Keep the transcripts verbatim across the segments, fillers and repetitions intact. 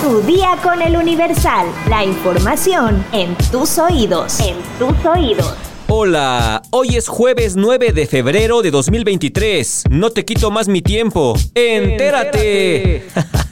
Tu día con el Universal. La información en tus oídos. En tus oídos. Hola, hoy es jueves nueve de febrero de dos mil veintitrés. No te quito más mi tiempo. ¡Entérate!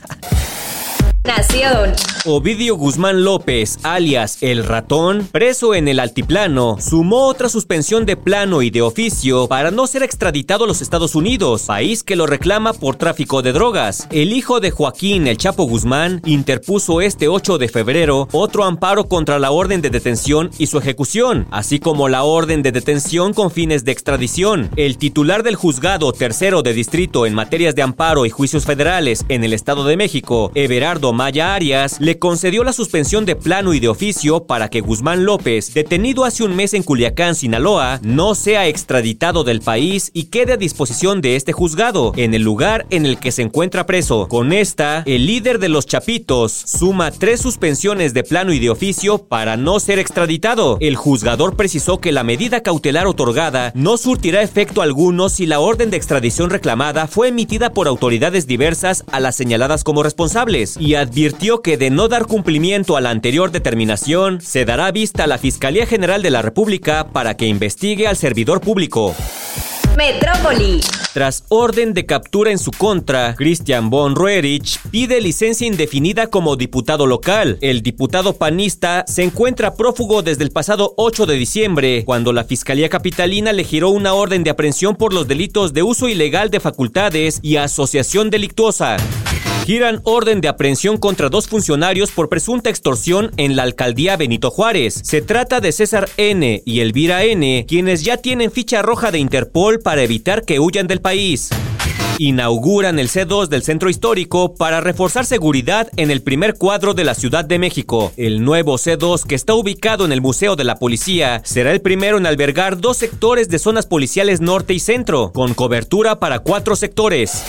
Nación. Ovidio Guzmán López, alias El Ratón, preso en el Altiplano, sumó otra suspensión de plano y de oficio para no ser extraditado a los Estados Unidos, país que lo reclama por tráfico de drogas. El hijo de Joaquín El Chapo Guzmán interpuso este ocho de febrero otro amparo contra la orden de detención y su ejecución, así como la orden de detención con fines de extradición. El titular del juzgado tercero de distrito en materias de amparo y juicios federales en el Estado de México, Everardo Maya Arias, le concedió la suspensión de plano y de oficio para que Guzmán López, detenido hace un mes en Culiacán, Sinaloa, no sea extraditado del país y quede a disposición de este juzgado, en el lugar en el que se encuentra preso. Con esta, el líder de los Chapitos suma tres suspensiones de plano y de oficio para no ser extraditado. El juzgador precisó que la medida cautelar otorgada no surtirá efecto alguno si la orden de extradición reclamada fue emitida por autoridades diversas a las señaladas como responsables, y advirtió que de no dar cumplimiento a la anterior determinación, se dará vista a la Fiscalía General de la República para que investigue al servidor público. Metrópoli. Tras orden de captura en su contra, Christian von Roerich pide licencia indefinida como diputado local. El diputado panista se encuentra prófugo desde el pasado ocho de diciembre, cuando la Fiscalía Capitalina le giró una orden de aprehensión por los delitos de uso ilegal de facultades y asociación delictuosa. Giran orden de aprehensión contra dos funcionarios por presunta extorsión en la alcaldía Benito Juárez. Se trata de César N. y Elvira N., quienes ya tienen ficha roja de Interpol para evitar que huyan del país. Inauguran el C dos del Centro Histórico para reforzar seguridad en el primer cuadro de la Ciudad de México. El nuevo C dos, que está ubicado en el Museo de la Policía, será el primero en albergar dos sectores de zonas policiales norte y centro, con cobertura para cuatro sectores.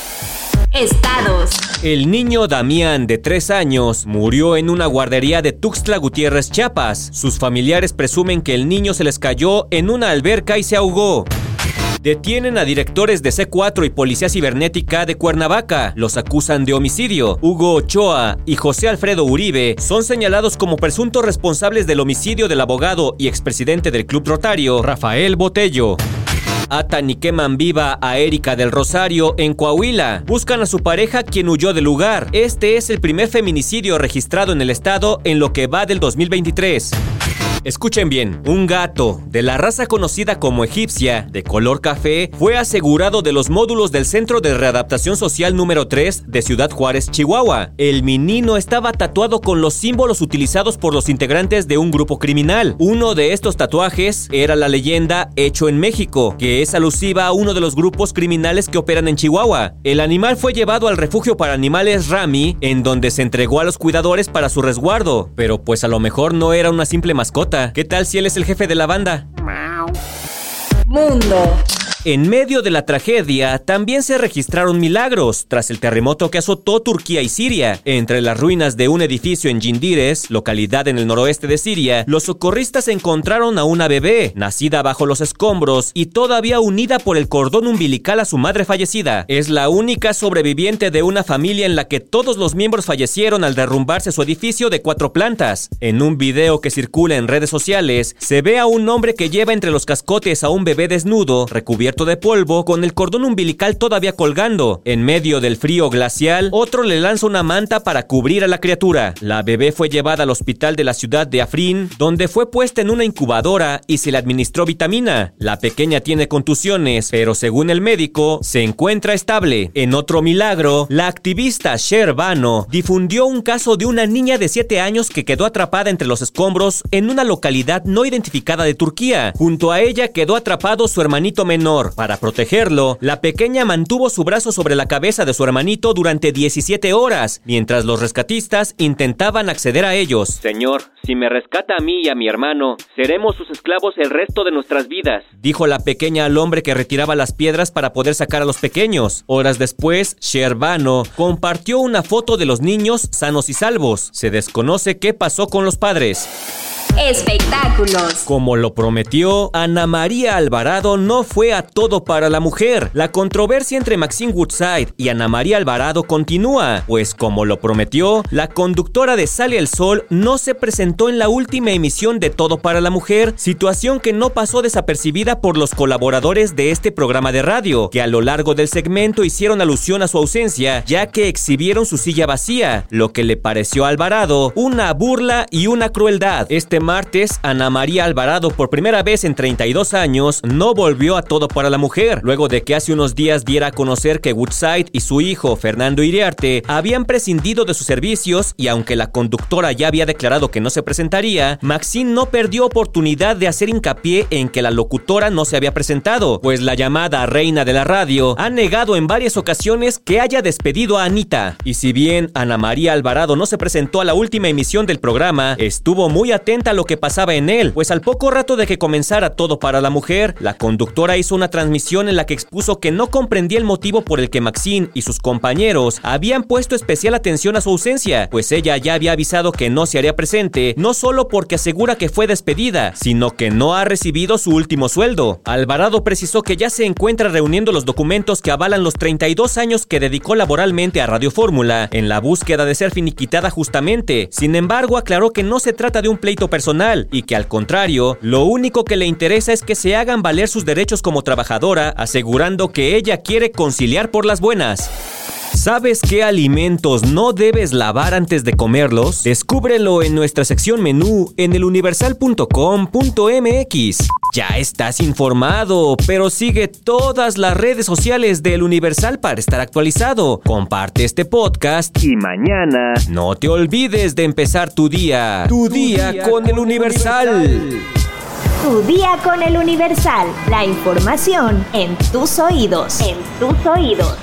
Estados. El niño Damián, de tres años, murió en una guardería de Tuxtla Gutiérrez, Chiapas. Sus familiares presumen que el niño se les cayó en una alberca y se ahogó. Detienen a directores de C cuatro y Policía Cibernética de Cuernavaca. Los acusan de homicidio. Hugo Ochoa y José Alfredo Uribe son señalados como presuntos responsables del homicidio del abogado y expresidente del Club Rotario, Rafael Botello. Atan y queman viva a Erika del Rosario en Coahuila. Buscan a su pareja, quien huyó del lugar. Este es el primer feminicidio registrado en el estado en lo que va del dos mil veintitrés. Escuchen bien, un gato de la raza conocida como egipcia, de color café, fue asegurado de los módulos del Centro de Readaptación Social número tres de Ciudad Juárez, Chihuahua. El menino estaba tatuado con los símbolos utilizados por los integrantes de un grupo criminal. Uno de estos tatuajes era la leyenda Hecho en México, que es alusiva a uno de los grupos criminales que operan en Chihuahua. El animal fue llevado al refugio para animales Rami, en donde se entregó a los cuidadores para su resguardo. Pero pues a lo mejor no era una simple mascota. ¿Qué tal si él es el jefe de la banda? Mundo. En medio de la tragedia, también se registraron milagros tras el terremoto que azotó Turquía y Siria. Entre las ruinas de un edificio en Cindires, localidad en el noroeste de Siria, los socorristas encontraron a una bebé, nacida bajo los escombros y todavía unida por el cordón umbilical a su madre fallecida. Es la única sobreviviente de una familia en la que todos los miembros fallecieron al derrumbarse su edificio de cuatro plantas. En un video que circula en redes sociales, se ve a un hombre que lleva entre los cascotes a un bebé desnudo, recubierto de polvo, con el cordón umbilical todavía colgando. En medio del frío glacial, otro le lanza una manta para cubrir a la criatura. La bebé fue llevada al hospital de la ciudad de Afrin, donde fue puesta en una incubadora y se le administró vitamina. La pequeña tiene contusiones, pero según el médico, se encuentra estable. En otro milagro, la activista Cher Bano difundió un caso de una niña de siete años que quedó atrapada entre los escombros en una localidad no identificada de Turquía. Junto a ella quedó atrapado su hermanito menor. Para protegerlo, la pequeña mantuvo su brazo sobre la cabeza de su hermanito durante diecisiete horas, mientras los rescatistas intentaban acceder a ellos. Señor, si me rescata a mí y a mi hermano, seremos sus esclavos el resto de nuestras vidas, dijo la pequeña al hombre que retiraba las piedras para poder sacar a los pequeños. Horas después, Cher Bano compartió una foto de los niños sanos y salvos. Se desconoce qué pasó con los padres. Espectáculos. Como lo prometió, Ana María Alvarado no fue a todo para la mujer. La controversia entre Maxine Woodside y Ana María Alvarado continúa, pues como lo prometió, la conductora de Sale el Sol no se presentó en la última emisión de Todo para la Mujer, situación que no pasó desapercibida por los colaboradores de este programa de radio, que a lo largo del segmento hicieron alusión a su ausencia, ya que exhibieron su silla vacía, lo que le pareció a Alvarado una burla y una crueldad. Este martes, Ana María Alvarado, por primera vez en treinta y dos años, no volvió a Todo para la Mujer, luego de que hace unos días diera a conocer que Woodside y su hijo, Fernando Iriarte, habían prescindido de sus servicios, y aunque la conductora ya había declarado que no se presentaría, Maxine no perdió oportunidad de hacer hincapié en que la locutora no se había presentado, pues la llamada reina de la radio ha negado en varias ocasiones que haya despedido a Anita. Y si bien Ana María Alvarado no se presentó a la última emisión del programa, estuvo muy atenta a lo que pasaba en él, pues al poco rato de que comenzara Todo para la Mujer, la conductora hizo una transmisión en la que expuso que no comprendía el motivo por el que Maxine y sus compañeros habían puesto especial atención a su ausencia, pues ella ya había avisado que no se haría presente, no solo porque asegura que fue despedida, sino que no ha recibido su último sueldo. Alvarado precisó que ya se encuentra reuniendo los documentos que avalan los treinta y dos años que dedicó laboralmente a Radio Fórmula, en la búsqueda de ser finiquitada justamente. Sin embargo, aclaró que no se trata de un pleito personal y que al contrario, lo único que le interesa es que se hagan valer sus derechos como trabajadora, asegurando que ella quiere conciliar por las buenas. ¿Sabes qué alimentos no debes lavar antes de comerlos? Descúbrelo en nuestra sección menú en el universal punto com punto m x. Ya estás informado, pero sigue todas las redes sociales del Universal para estar actualizado. Comparte este podcast y mañana no te olvides de empezar tu día. Tu, tu día, día con, con el Universal. Universal. Tu día con el Universal. La información en tus oídos. En tus oídos.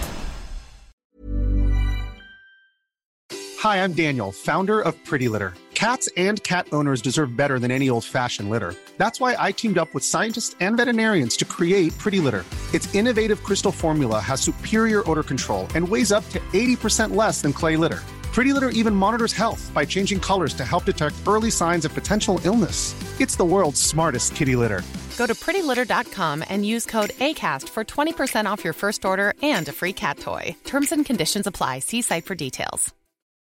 Hi, I'm Daniel, founder of Pretty Litter. Cats and cat owners deserve better than any old-fashioned litter. That's why I teamed up with scientists and veterinarians to create Pretty Litter. Its innovative crystal formula has superior odor control and weighs up to eighty percent less than clay litter. Pretty Litter even monitors health by changing colors to help detect early signs of potential illness. It's the world's smartest kitty litter. Go to pretty litter dot com and use code ACAST for twenty percent off your first order and a free cat toy. Terms and conditions apply. See site for details.